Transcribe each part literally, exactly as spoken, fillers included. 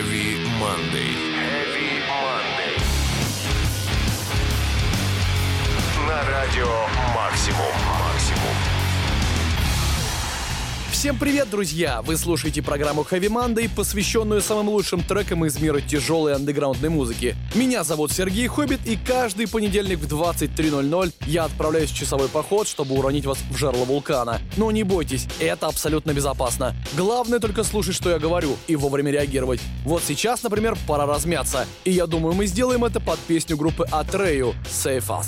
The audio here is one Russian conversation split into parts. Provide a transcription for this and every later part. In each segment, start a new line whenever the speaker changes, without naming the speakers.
Heavy Monday. Heavy Monday. На радио Максимум. Максимум.
Всем привет, друзья! Вы слушаете программу Heavy Monday, посвященную самым лучшим трекам из мира тяжелой андеграундной музыки. Меня зовут Сергей Хоббит, и каждый понедельник в двадцать три ноль ноль я отправляюсь в часовой поход, чтобы уронить вас в жерло вулкана. Но не бойтесь, это абсолютно безопасно. Главное только слушать, что я говорю, и вовремя реагировать. Вот сейчас, например, пора размяться. И я думаю, мы сделаем это под песню группы Atreyu «Save Us».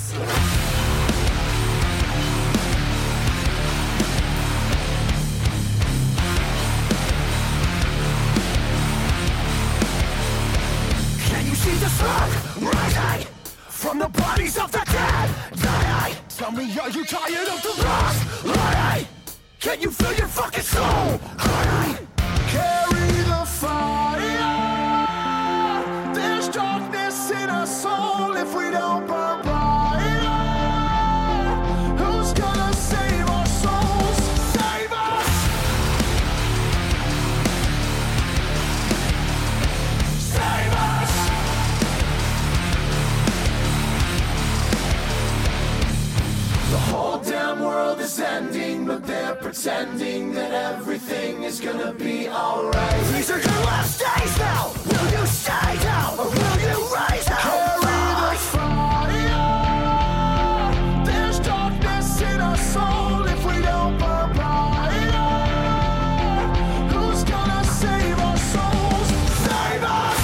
Rising from the bodies of the dead. Lying. Tell me, are you tired of the lost? Lying. Can you feel your fucking soul? Lying. Carry the fire. There's darkness in our soul if we don't burn bright. Who's gonna save our souls? Save us. Save us. The whole damn world is ending, but they're pretending that everything is gonna be alright. These are your last days now. Will you stay down or will you rise up? Carry the fire. There's darkness in our soul if we don't burn bright. Who's gonna save our souls? Save us!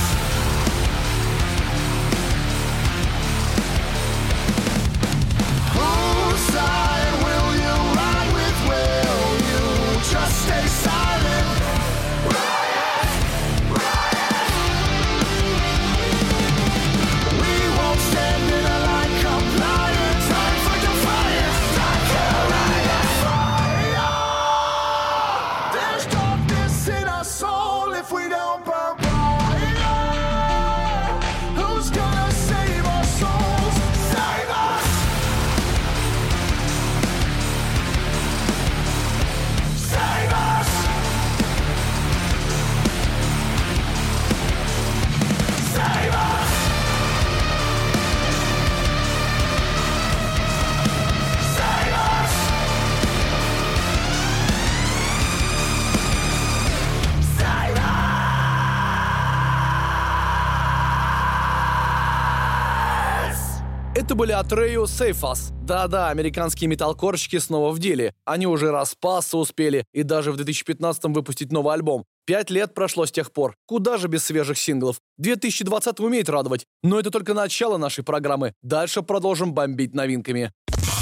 Whose side will you ride with? Will you just stay silent? Riot! Riot! We won't stand in a line compliant. Time for defiance. Time to riot! Fire! There's darkness in our soul if we don't burn bright. Who's gonna save our souls? Save us! Save us! Save us! Save us! Save us!
Это были Atreyu «Save Us». Да-да, американские металкорщики снова в деле. Они уже распасться успели и даже в две тысячи пятнадцатом выпустить новый альбом. Пять лет прошло с тех пор. Куда же без свежих синглов? две тысячи двадцатый умеет радовать. Но это только начало нашей программы. Дальше продолжим бомбить новинками.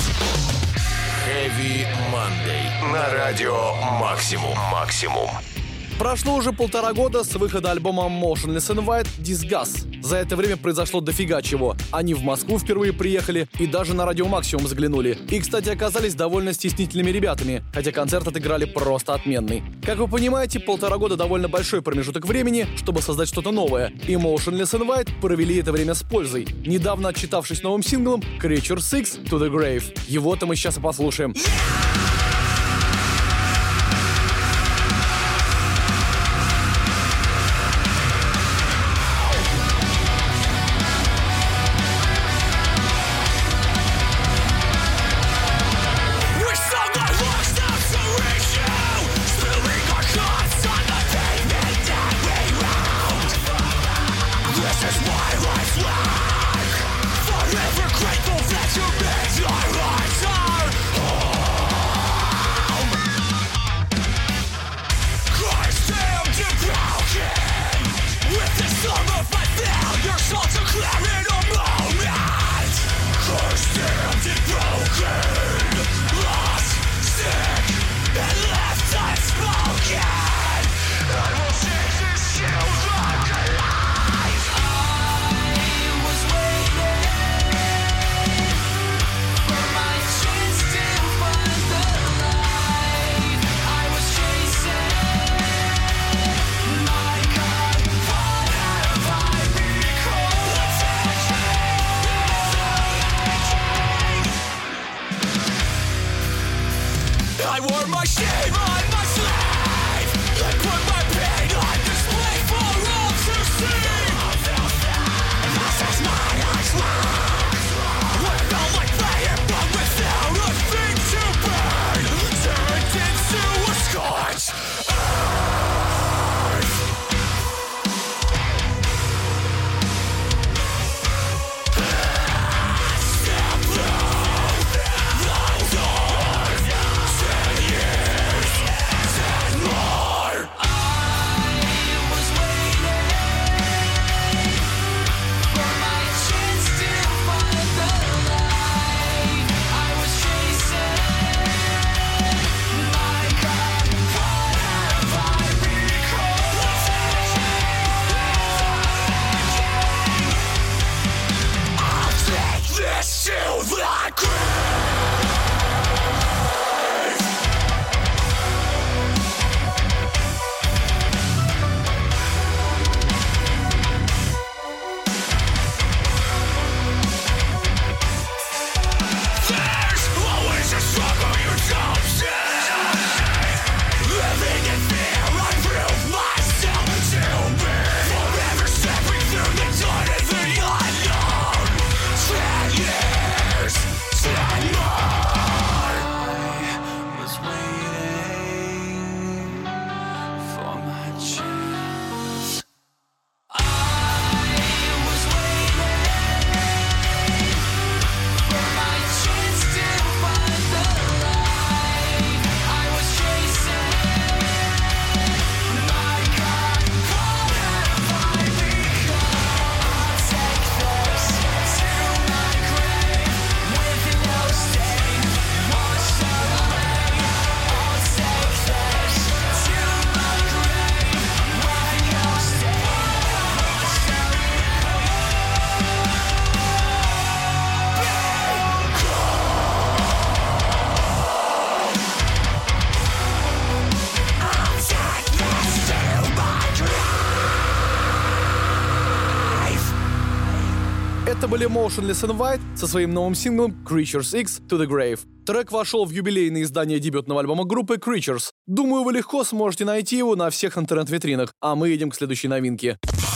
Heavy Monday. На радио Максимум. Максимум.
Прошло уже полтора года с выхода альбома Motionless in White «Disgust». За это время произошло дофига чего. Они в Москву впервые приехали и даже на радио Максимум заглянули. И, кстати, оказались довольно стеснительными ребятами, хотя концерт отыграли просто отменный. Как вы понимаете, полтора года довольно большой промежуток времени, чтобы создать что-то новое. И Motionless in White провели это время с пользой, недавно отчитавшись новым синглом Creature Six to the Grave. Его-то мы сейчас и послушаем.
We sung our lungs down to reach you, spilling our guts on the pavement that we round. This is what life's like. Forever grateful that you made our lives our home. Christ damned and broken, with the sum of my failures all declared in a moment. Christ damned and broken, lost, sick, and left unspoken. I will take this shit like alive. I was waiting for my chance to find the light. I was chasing my God. What have I become? I wore my shame on my sleeve and put my pain on display for all to
были Motionless in White со своим новым синглом Creatures X To The Grave. Трек вошел в юбилейное издание дебютного альбома группы Creatures. Думаю, вы легко сможете найти его на всех интернет-витринах, а мы едем к следующей новинке.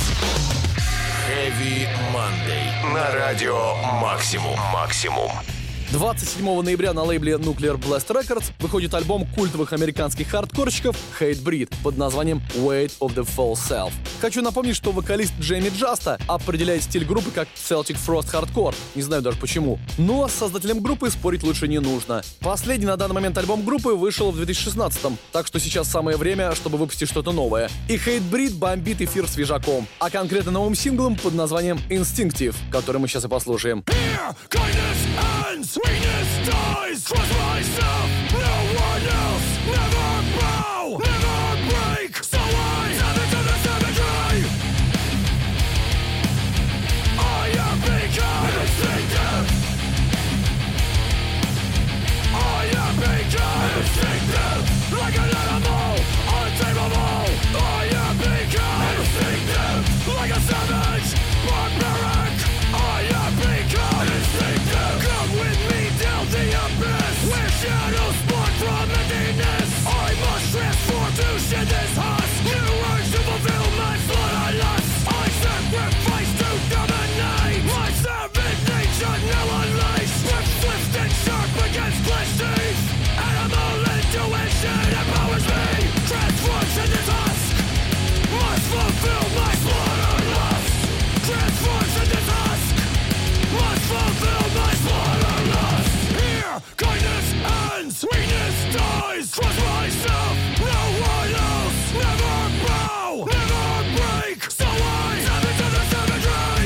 Heavy Monday на радио Максимум. Максимум.
двадцать седьмого ноября на лейбле Nuclear Blast Records выходит альбом культовых американских хардкорщиков Hatebreed под названием Weight of the False Self. Хочу напомнить, что вокалист Джейми Джаста определяет стиль группы как Celtic Frost Hardcore, не знаю даже почему. Но с создателем группы спорить лучше не нужно. Последний на данный момент альбом группы вышел в две тысячи шестнадцатом, так что сейчас самое время, чтобы выпустить что-то новое. И Hatebreed бомбит эфир свежаком, а конкретно новым синглом под названием Instinctive, который мы сейчас и послушаем.
Weakness dies, trust myself, no one else, never bow, never break, so I step into the cemetery. I have become instinctive. I have become instinctive, like an animal, untamable. I have become instinctive, like a savage, barbaric. I have become instinctive. Come with me down the abyss, where shadows spark from emptiness. I must transform to shed this husk. New urge to fulfill my slaughterlust. I sacrifice to dominate. My savage nature now unleashed. With swift and sharp against clenched teeth. Animal intuition empowers me. Transforms in this husk. Must fulfill my slaughterlust. Transforms in this husk. Must fulfill my slaughterlust. Here, kindness ends, weakness dies. Trust myself, no one else. Never bow, never break. So I step into the cemetery.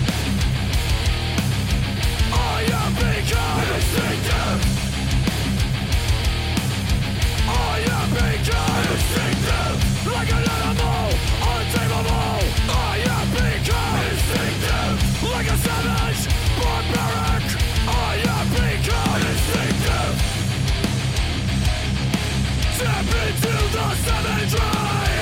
I have become instinctive. I have become instinctive. Like an animal, untamable. I have become instinctive. Like a savage, barbaric. I have become instinctive. Step into the cemetery.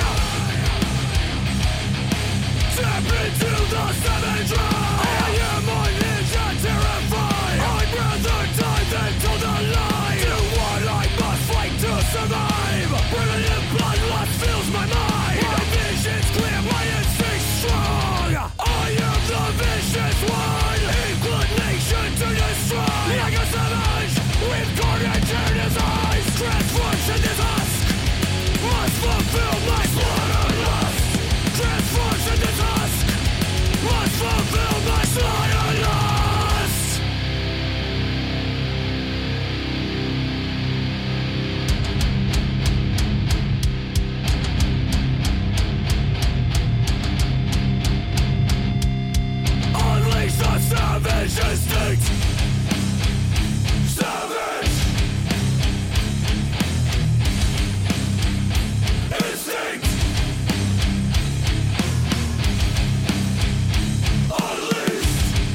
Step into the cemetery. I am unhinged and terrified. I'd rather die than tell the lie. Do what I must fight to survive. Brilliant bloodlust fills my mind. My vision's clear, my instincts strong. I am the vicious one. Inclination to destroy. Like a savage with carnage in his eyes. Transforms in his husk. Must fulfill my slaughterlust. Transforms in his husk. Must fulfill my slaughterlust. Unleash the savage instinct. Savage instinct. Unleashed.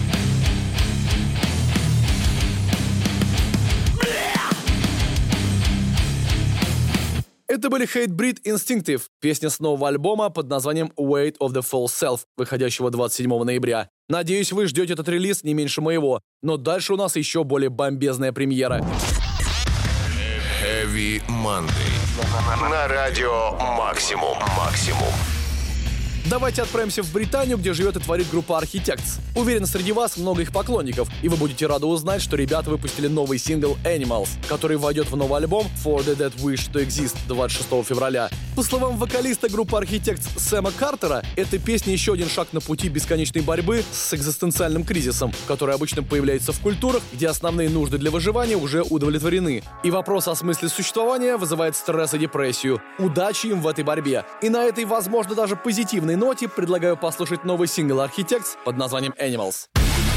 Это были Hatebreed Instinctive, песня с нового альбома под названием Weight of the False Self, выходящего двадцать седьмого ноября. Надеюсь, вы ждете этот релиз не меньше моего, но дальше у нас еще более бомбезная премьера.
Heavy Monday на радио Максимум. Максимум.
Давайте отправимся в Британию, где живет и творит группа Architects. Уверен, среди вас много их поклонников, и вы будете рады узнать, что ребята выпустили новый сингл Animals, который войдет в новый альбом For the Dead Wish to Exist двадцать шестого февраля. По словам вокалиста группы Architects Сэма Картера, эта песня еще один шаг на пути бесконечной борьбы с экзистенциальным кризисом, который обычно появляется в культурах, где основные нужды для выживания уже удовлетворены. И вопрос о смысле существования вызывает стресс и депрессию. Удачи им в этой борьбе. И на этой, возможно, даже позитивной ноте предлагаю послушать новый сингл Architects под названием Animals.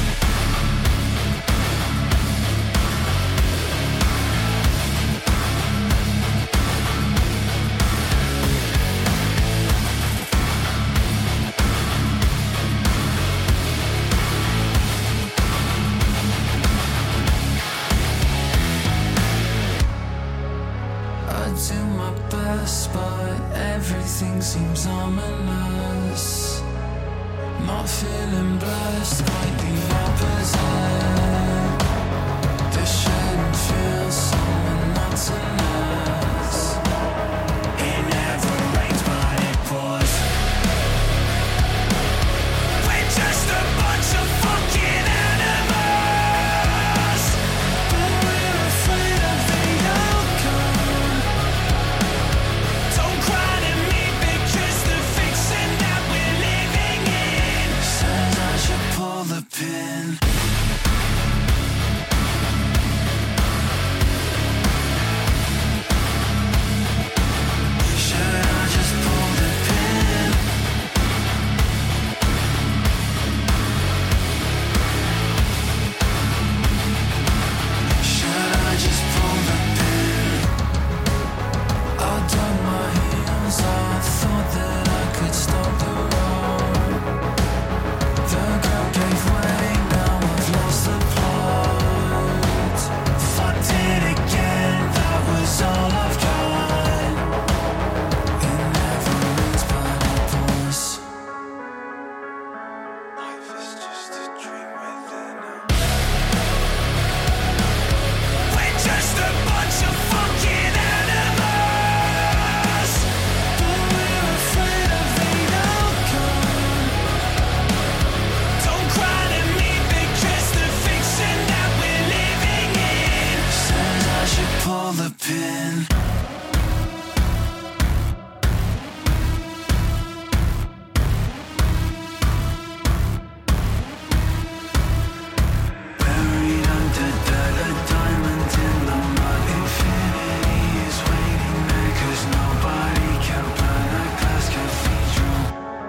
I do my best, but everything seems ominous. not feeling blessed, quite the opposite. The shouldn't feel so monotonous. It never rains but it pours. We're just a bunch of fucking animals, but we're afraid of the outcome. Don't cry to me because the fiction that we're living in says I should pull the pin. Should I just pull the pin? Should I just pull the pin? I'll done my hands. I thought that I could stop the road. The girl gave way, now I've lost the plot. Fucked it again, that was all I've got. It never rains but it pours. Life is just a dream within a. We're just a bunch of fucking animals, but we're afraid of the outcome. Don't cry to me because the fiction that we're living in says I should pull the pin. Buried under dirt, a diamond in the mud. Infinity is waiting there 'cause nobody can burn a glass cathedral.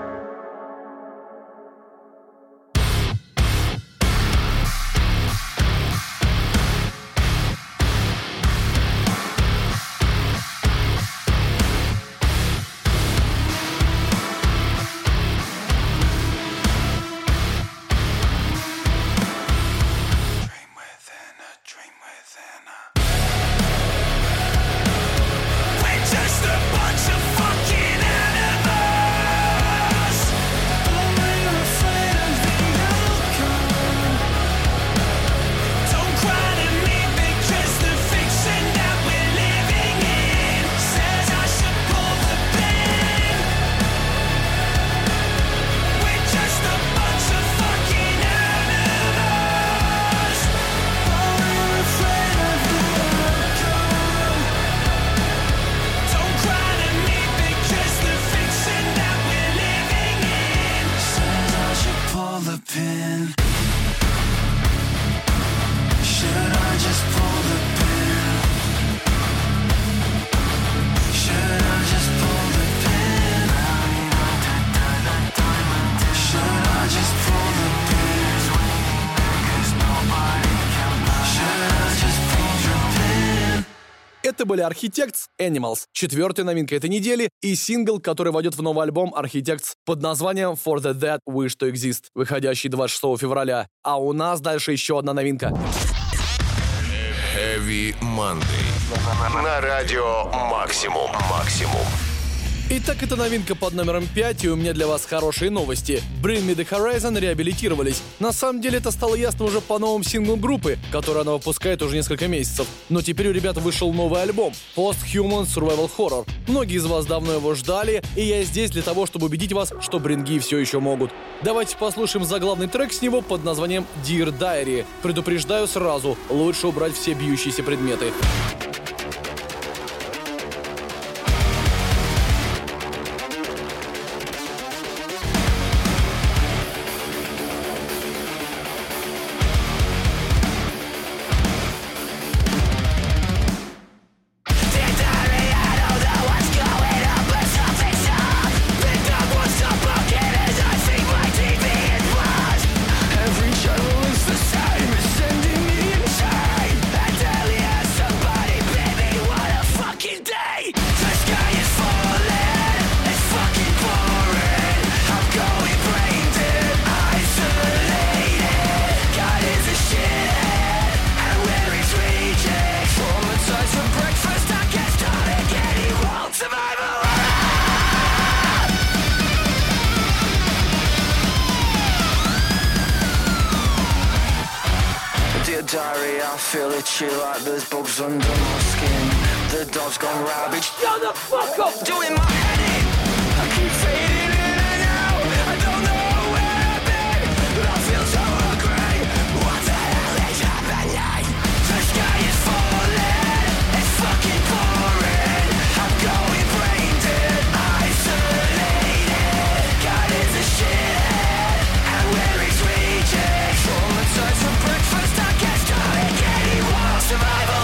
Dream within a dream within a. We're just a bunch of fucking animals, but we're afraid of the outcome. Don't cry to me because the fiction that we're living in says I should pull the pin. We're just a bunch of fucking animals, but we're afraid of the outcome. Don't cry to me because the fiction that we're living in says I should pull the pin. Should I just pull the pin? Should I just pull the pin? Should I just pull the pin? Should I just pull the pin?
Это были Architects Animals, четвертая новинка этой недели и сингл, который войдет в новый альбом Architects под названием For the Dead Wish to Exist, выходящий двадцать шестого февраля. А у нас дальше еще одна новинка.
Heavy Monday. На радио Максимум. Максимум.
Итак, это новинка под номером пять, и у меня для вас хорошие новости. Bring Me The Horizon реабилитировались. На самом деле это стало ясно уже по новым синглам группы, которые она выпускает уже несколько месяцев. Но теперь у ребят вышел новый альбом Post-Human Survival Horror. Многие из вас давно его ждали, и я здесь для того, чтобы убедить вас, что бринги все еще могут. Давайте послушаем заглавный трек с него под названием Dear Diary. Предупреждаю сразу, лучше убрать все бьющиеся предметы.
Every channel is the same, it's sending me insane. And daily as somebody
feel itchy like there's bugs under my skin. The dog's gone rabid. Shut the fuck up! Doing my head in. I keep fading in and out. I don't know where I've been, but I feel so hungry. What the hell is happening? The sky is falling. It's fucking pouring. I'm going brain dead, isolated. God is a shithead, and where he's reaching. Traumatized for breakfast, I guess. Trying getting wild survival.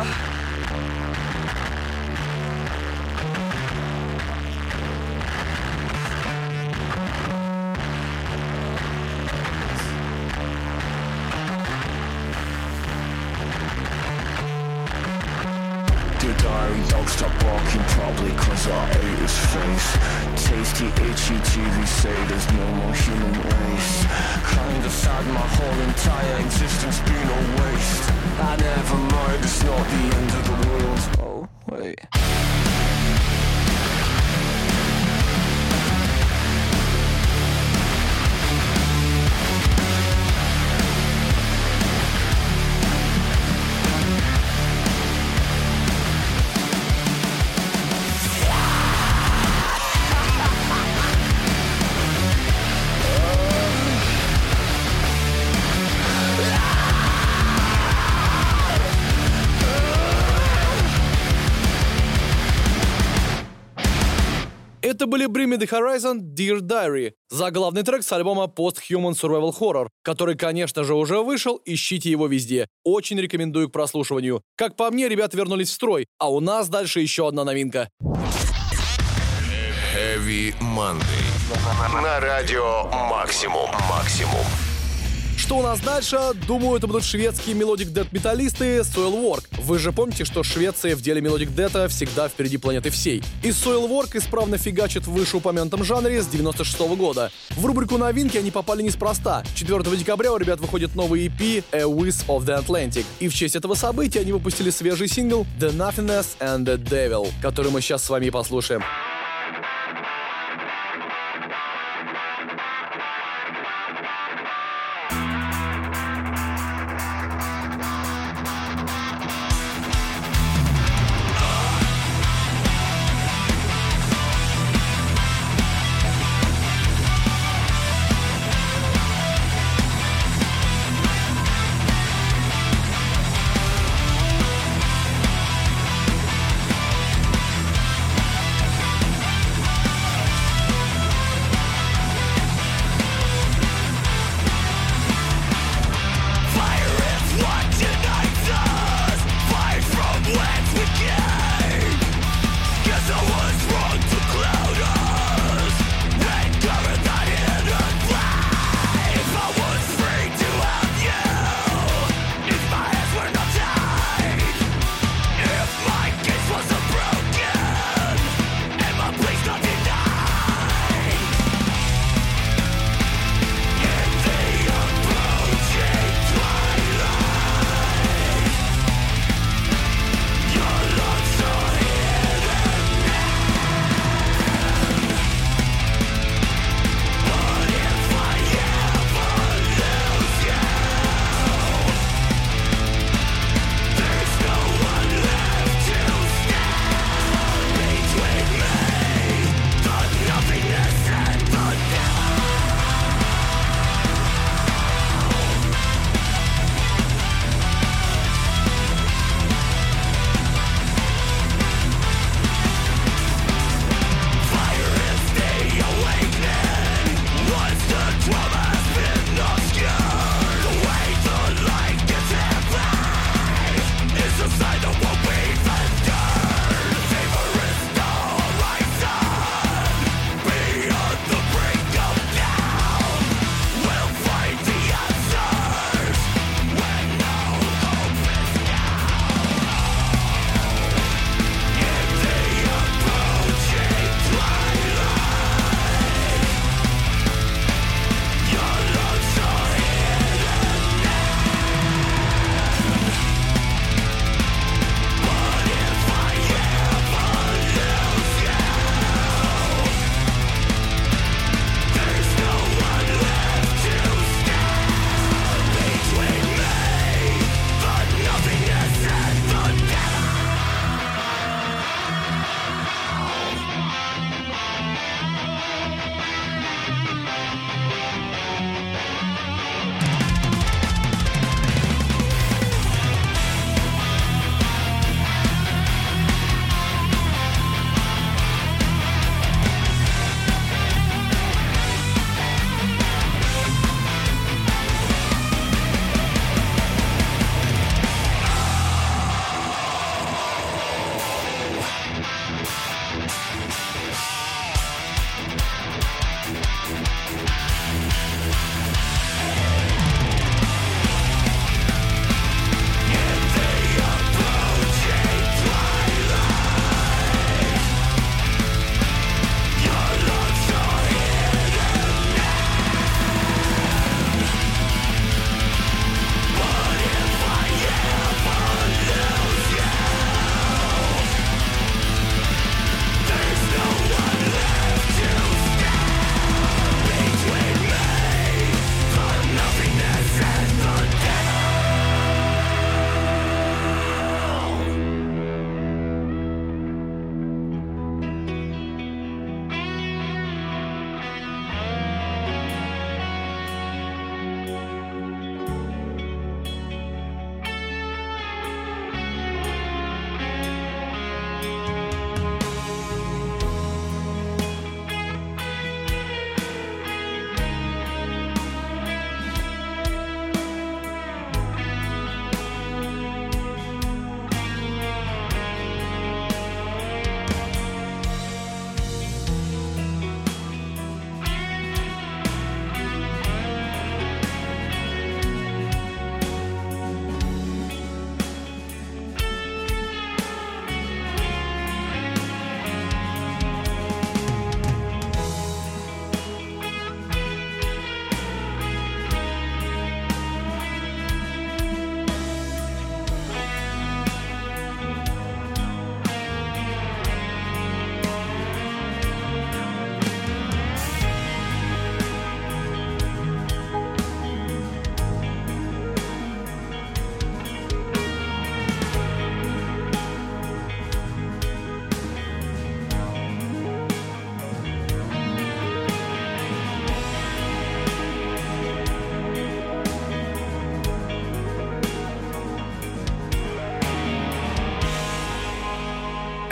Dog stopped barking probably cause I ate his face. Tasty, itchy T V say there's no more human race. Kinda sad my whole entire existence been a waste. I never mind, it's not the end of the world. Oh, wait.
Это были Bring Me The Horizon, Dear Diary, заглавный трек с альбома Post-Human Survival Horror, который, конечно же, уже вышел, ищите его везде. Очень рекомендую к прослушиванию. Как по мне, ребята вернулись в строй, а у нас дальше еще одна новинка.
Heavy Monday. На радио Максимум. Максимум.
Что у нас дальше? Думаю, это будут шведские мелодик дэт-металлисты Soilwork. Вы же помните, что Швеция в деле мелодик дэта всегда впереди планеты всей. И Soilwork исправно фигачит в вышеупомянутом жанре с девяносто шестого года. В рубрику новинки они попали неспроста. четвёртого декабря у ребят выходит новый и пи A Wisp of the Atlantic. И в честь этого события они выпустили свежий сингл The Nothingness and the Devil, который мы сейчас с вами и послушаем.
We'll be right back.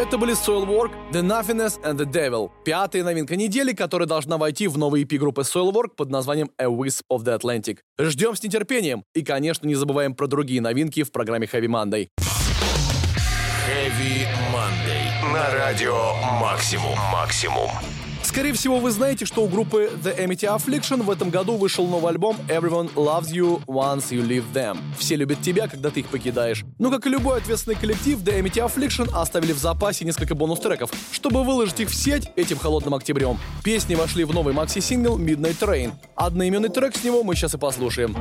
Это были Soilwork, The Nothingness and the Devil. Пятая новинка недели, которая должна войти в новый и пи группы Soilwork под названием A Wisp of the Atlantic. Ждем с нетерпением. И, конечно, не забываем про другие новинки в программе Heavy Monday.
Heavy Monday. На радио Максимум. Максимум.
Скорее всего, вы знаете, что у группы The Amity Affliction в этом году вышел новый альбом Everyone Loves You Once You Leave Them. Все любят тебя, когда ты их покидаешь. Но, как и любой ответственный коллектив, The Amity Affliction оставили в запасе несколько бонус-треков, чтобы выложить их в сеть этим холодным октябрем. Песни вошли в новый макси-сингл Midnight Train. Одноименный трек с него мы сейчас и послушаем.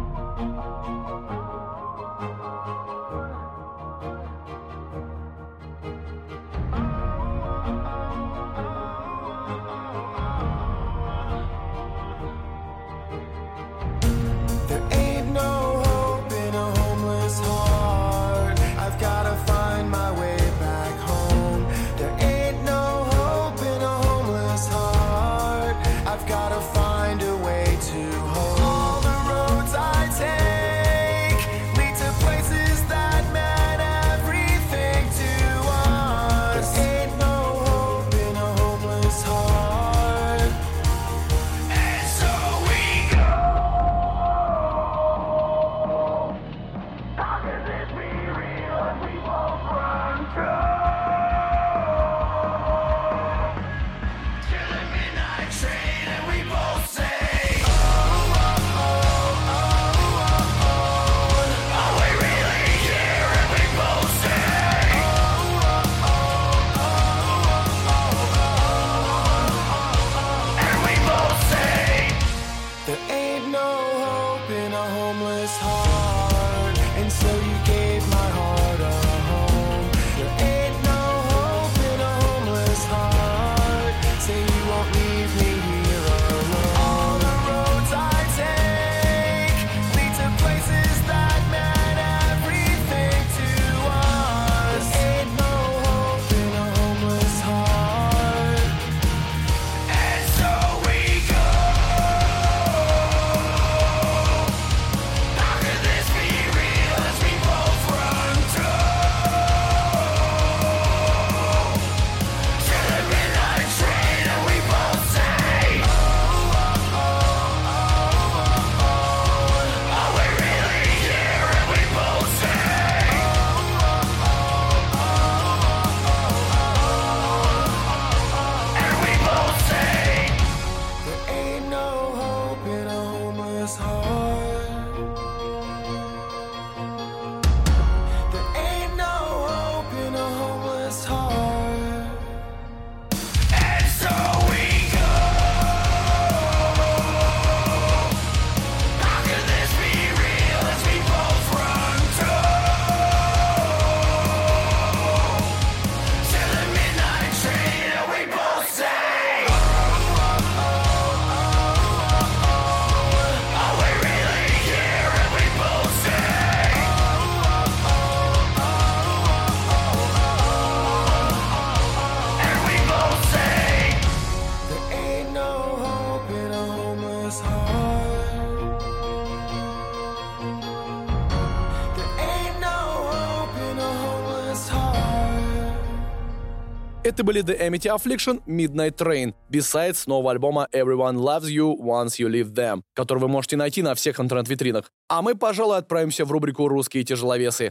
Это были The Amity Affliction, Midnight Train, B-side нового альбома Everyone Loves You Once You Leave Them, который вы можете найти на всех интернет-витринах. А мы, пожалуй, отправимся в рубрику «Русские тяжеловесы».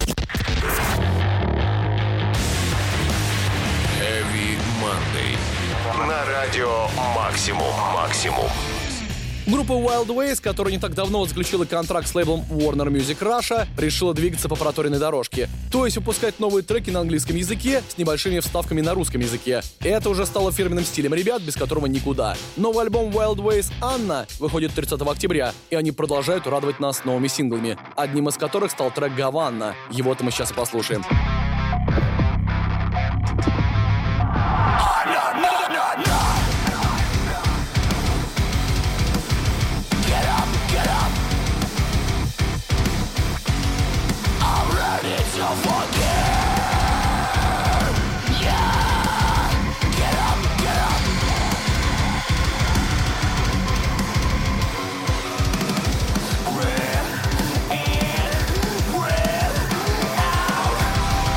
Heavy Monday. На радио Максимум. Максимум.
Группа Wild Ways, которая не так давно заключила контракт с лейблом Warner Music Russia, решила двигаться по проторенной дорожке. То есть выпускать новые треки на английском языке с небольшими вставками на русском языке. Это уже стало фирменным стилем ребят, без которого никуда. Новый альбом Wild Ways «Анна» выходит тридцатого октября, и они продолжают радовать нас новыми синглами, одним из которых стал трек «Гаванна». Его-то мы сейчас и послушаем.
Breathe in, breathe out.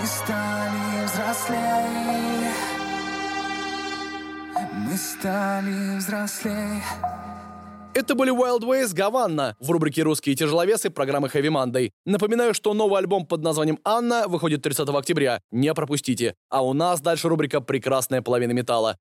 Мы стали взрослей, мы стали взрослей.
Это были Wild Ways, Гаванна в рубрике «Русские тяжеловесы» программы Heavy Monday. Напоминаю, что новый альбом под названием «Анна» выходит тридцатого октября. Не пропустите. А у нас дальше рубрика «Прекрасная половина металла».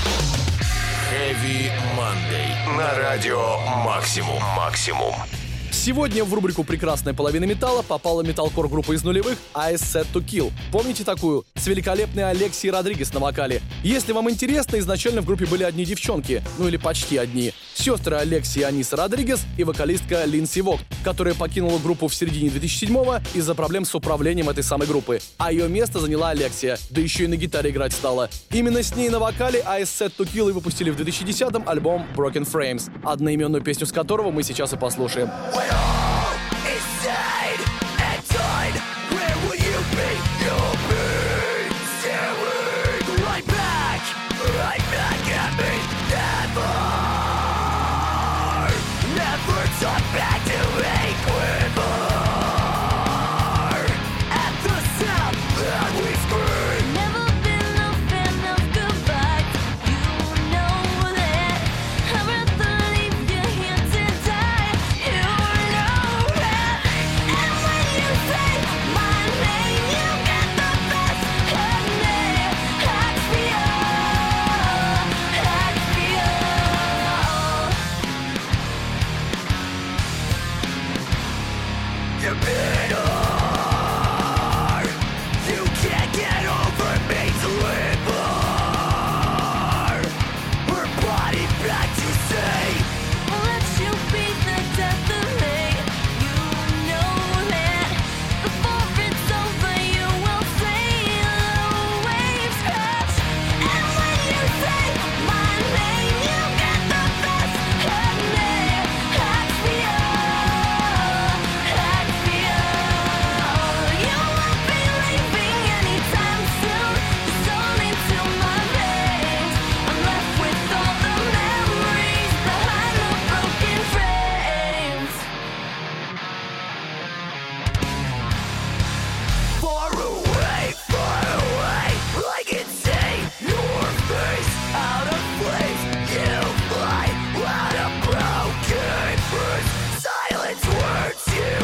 Heavy Monday на радио Максимум. Максимум.
Сегодня в рубрику «Прекрасная половина металла» попала металкор группа из нулевых I Set to Kill. Помните такую? С великолепной Алексией Родригес на вокале. Если вам интересно, изначально в группе были одни девчонки, ну или почти одни. Сестры Алексия Аниса Родригес и вокалистка Линдси Вогт, которая покинула группу в середине две тысячи седьмого из-за проблем с управлением этой самой группы. А ее место заняла Алексия, да еще и на гитаре играть стала. Именно с ней на вокале I Set to Kill и выпустили в две тысячи десятом альбом Broken Frames, одноименную песню с которого мы сейчас и послушаем.
When all is said and done, where will you be? You'll be staring right back, right back at me. Never, never talk back to me, quiver. At the sound that we scream.
Never been a fan of goodbye. You know that. I'd rather leave you here to die. You know that. And when you say my name, you get the best of me. Hacks me up, hacks me up.
You're bitter. You can't get over me, deliver her body back to say.
I'll let you be the death of me. You know that. Before it's over, you will see the waves crash. And when you say my name, you get the best of me. Hacks me up, hacks me up. You won't be leaving anytime soon. It's only to my veins. I'm left with all the memories behind the broken frames.
Far away, far away. I can see your face out of place. You fly out of broken words. Silence words you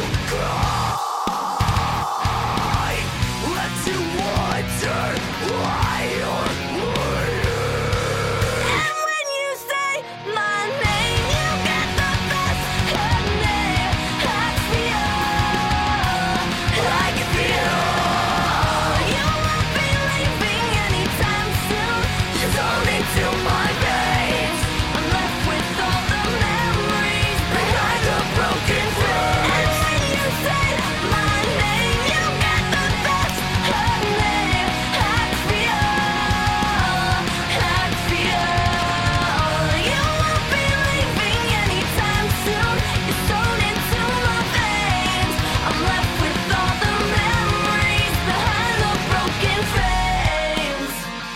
cry. Let you wonder why you're waiting.
And when you say my name, you get the best of me. Hacks me up,
I can feel
you won't be leaving anytime soon.
it's only to my veins.
I'm left with all the memories
Behind the broken frame.
And when you say my name, you get the best of me. Hacks me up, hacks me up. You won't be leaving anytime soon. It's sewn into my veins. I'm left with all the memories behind the broken frames.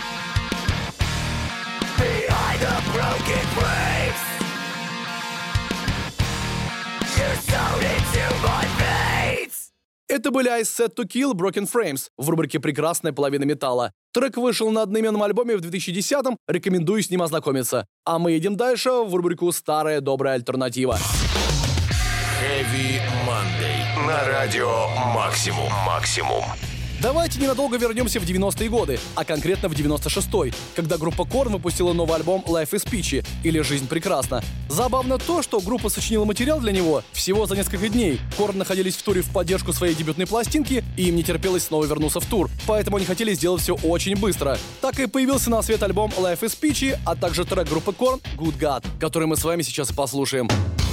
Behind the broken frames. You're sewn into my veins.
Это были I Set to Kill, Broken Frames в рубрике «Прекрасная половина металла». Трек вышел на одноименном альбоме в две тысячи десятом, рекомендую с ним ознакомиться. А мы едем дальше в рубрику «Старая добрая альтернатива».
Heavy Monday на радио Максимум. Максимум.
Давайте ненадолго вернемся в девяностые годы, а конкретно в девяносто шестой, когда группа Korn выпустила новый альбом Life is Peachy, или «Жизнь прекрасна». Забавно то, что группа сочинила материал для него всего за несколько дней. Korn находились в туре в поддержку своей дебютной пластинки, и им не терпелось снова вернуться в тур, поэтому они хотели сделать все очень быстро. Так и появился на свет альбом Life is Peachy, а также трек группы Korn Good God, который мы с вами сейчас и послушаем.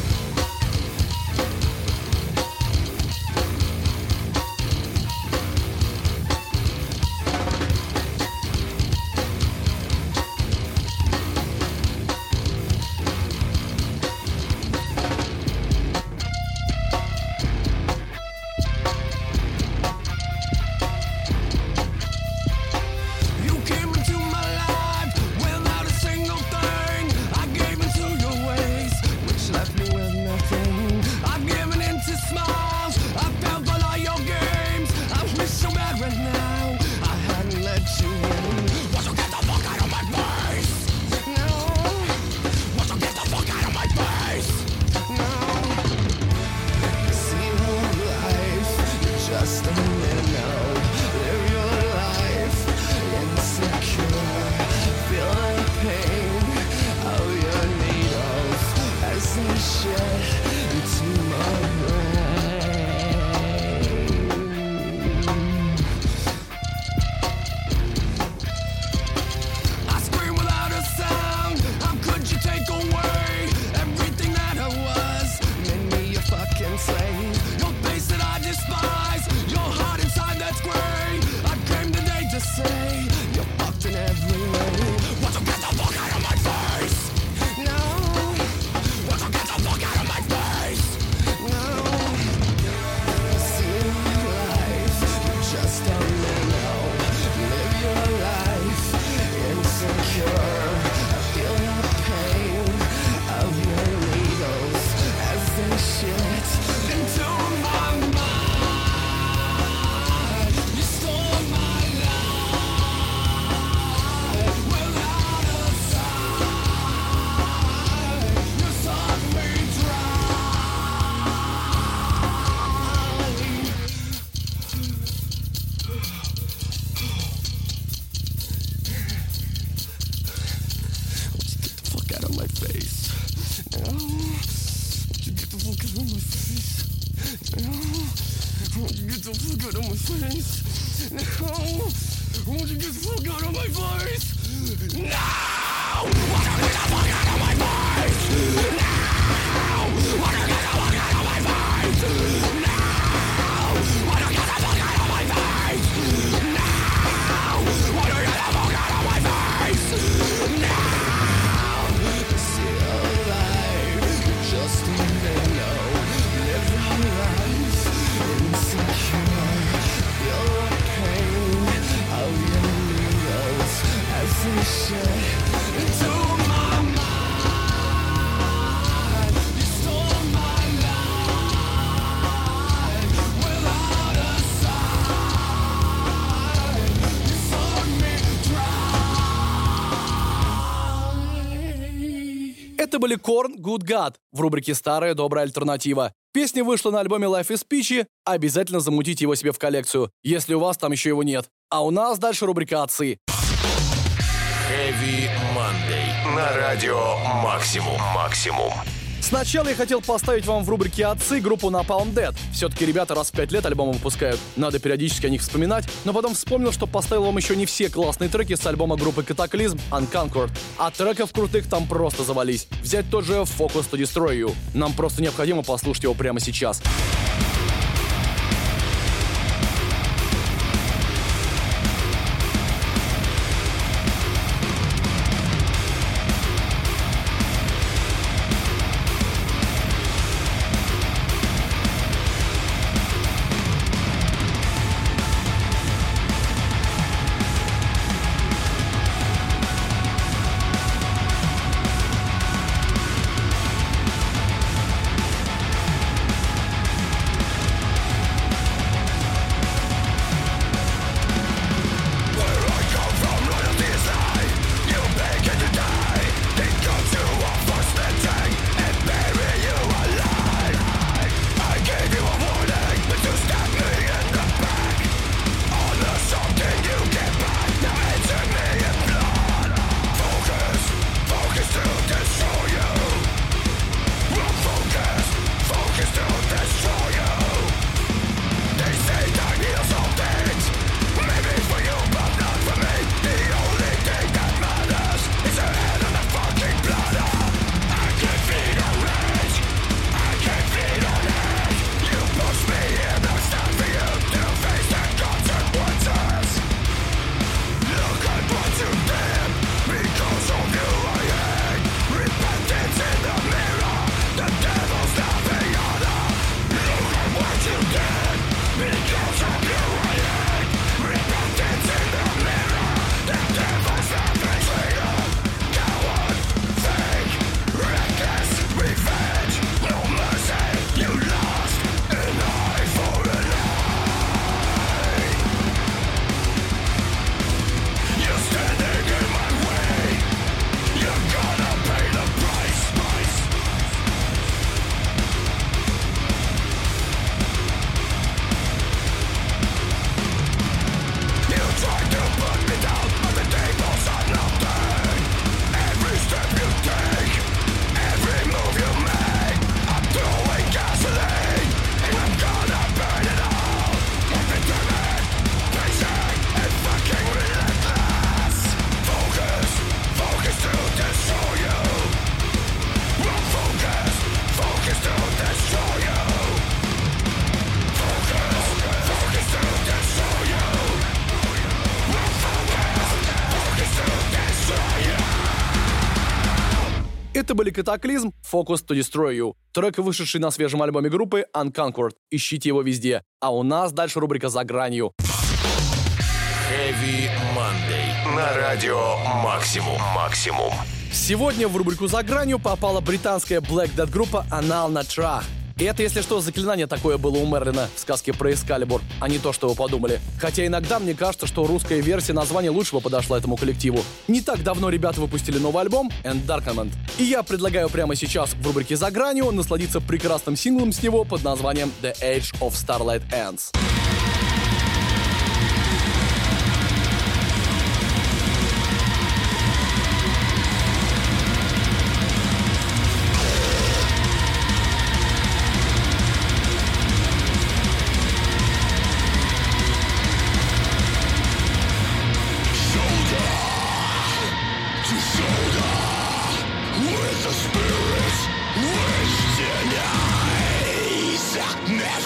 You came into my life without a single thing. I gave into your ways, which left me Won't you get the fuck out of my face?
Это были Korn Good God в рубрике «Старая добрая альтернатива». Песня вышла на альбоме Life is Peachy, обязательно замутите его себе в коллекцию, если у вас там еще его нет. А у нас дальше рубрика «Отцы».
Heavy Monday на радио Максимум. Максимум.
Сначала я хотел поставить вам в рубрике «Отцы» группу Napalm Death. Все-таки ребята раз в пять лет альбомы выпускают, надо периодически о них вспоминать, но потом вспомнил, что поставил вам еще не все классные треки с альбома группы Cataclysm Unconquered, а треков крутых там просто завались. Взять тот же Focus to Destroy You. Нам просто необходимо послушать его прямо сейчас. Это были Cataclysm, Focus to Destroy You. Трек, вышедший на свежем альбоме группы Unconquered. Ищите его везде. А у нас дальше рубрика «За гранью».
Heavy Monday на радио Максимум. Максимум.
Сегодня в рубрику «За гранью» попала британская Black Death группа Anal Natrach. И это, если что, заклинание такое было у Мерлина в сказке про Эскалибур, а не то, что вы подумали. Хотя иногда мне кажется, что русская версия названия лучше бы подошла этому коллективу. Не так давно ребята выпустили новый альбом Endarkment. И я предлагаю прямо сейчас в рубрике «За гранью» насладиться прекрасным синглом с него под названием The Age of Starlight Ends.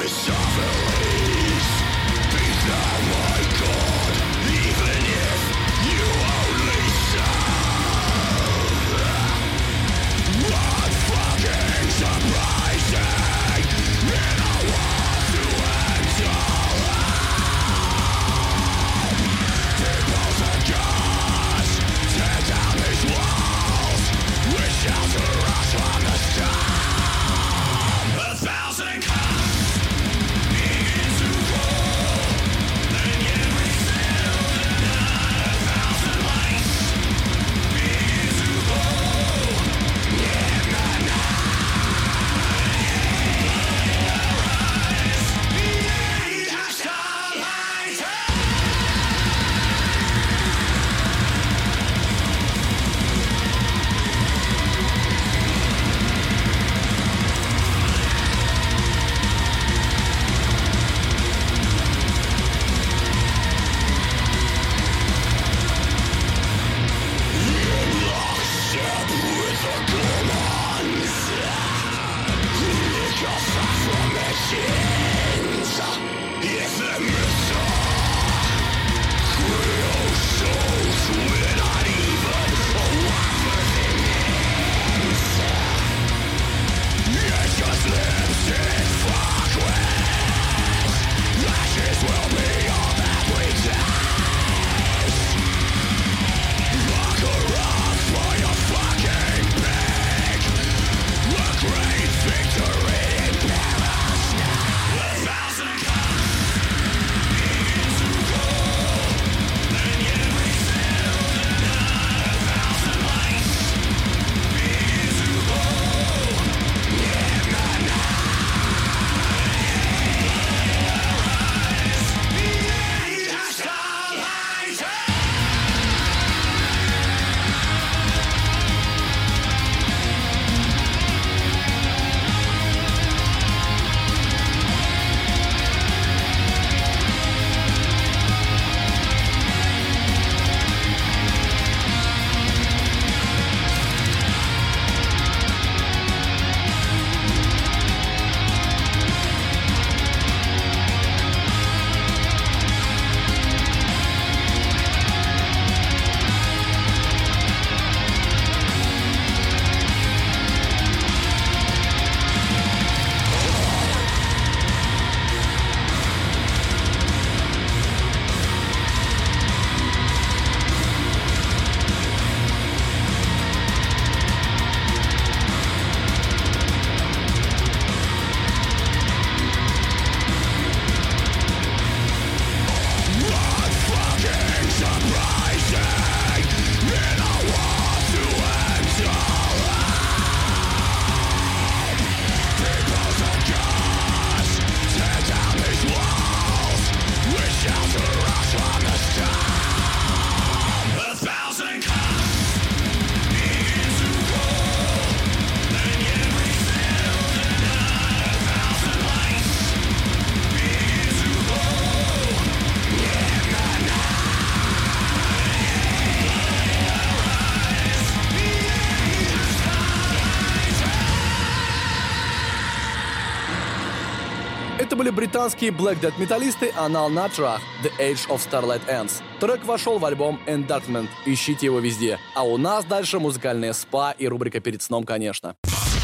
Это были британские Black Death металлисты Anal Natrach, The Age of Starlight Ends. Трек вошел в альбом Endarkment, ищите его везде. А у нас дальше музыкальное спа и рубрика «Перед сном», конечно.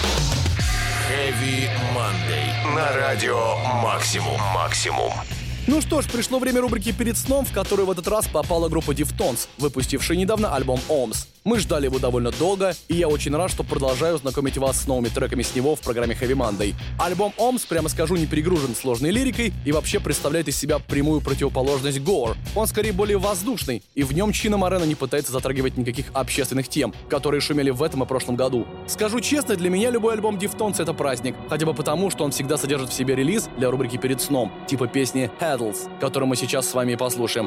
Heavy Monday на радио Максимум. Максимум.
Ну что ж, пришло время рубрики «Перед сном», в которую в этот раз попала группа Deftones, выпустившая недавно альбом Ohms. Мы ждали его довольно долго, и я очень рад, что продолжаю знакомить вас с новыми треками с него в программе Heavy Monday. Альбом Ohms, прямо скажу, не перегружен сложной лирикой и вообще представляет из себя прямую противоположность Gore. Он скорее более воздушный, и в нем Чино Морено не пытается затрагивать никаких общественных тем, которые шумели в этом и прошлом году. Скажу честно, для меня любой альбом Deftones — это праздник, хотя бы потому, что он всегда содержит в себе релиз для рубрики «Перед сном», типа песни «Heddles», которую мы сейчас с вами и послушаем.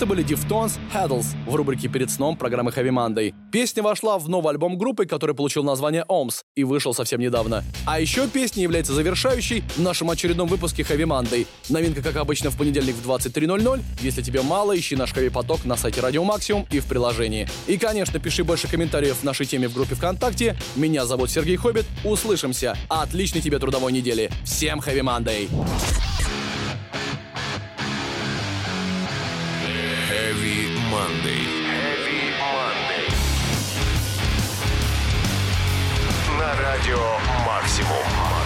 были Deftones, Haddles в рубрике «Перед сном» программы Heavy Monday. Песня вошла в новый альбом группы, который получил название Ohms и вышел совсем недавно. А еще песня является завершающей в нашем очередном выпуске Heavy Monday. Новинка, как обычно, в понедельник в двадцать три ноль ноль. Если тебе мало, ищи наш Heavy Поток на сайте Радио Максимум и в приложении. И, конечно, пиши больше комментариев в нашей теме в группе ВКонтакте. Меня зовут Сергей Хоббит. Услышимся. Отличной тебе трудовой недели. Всем Heavy Monday.
Heavy Monday. Heavy Monday. На радио Максимум.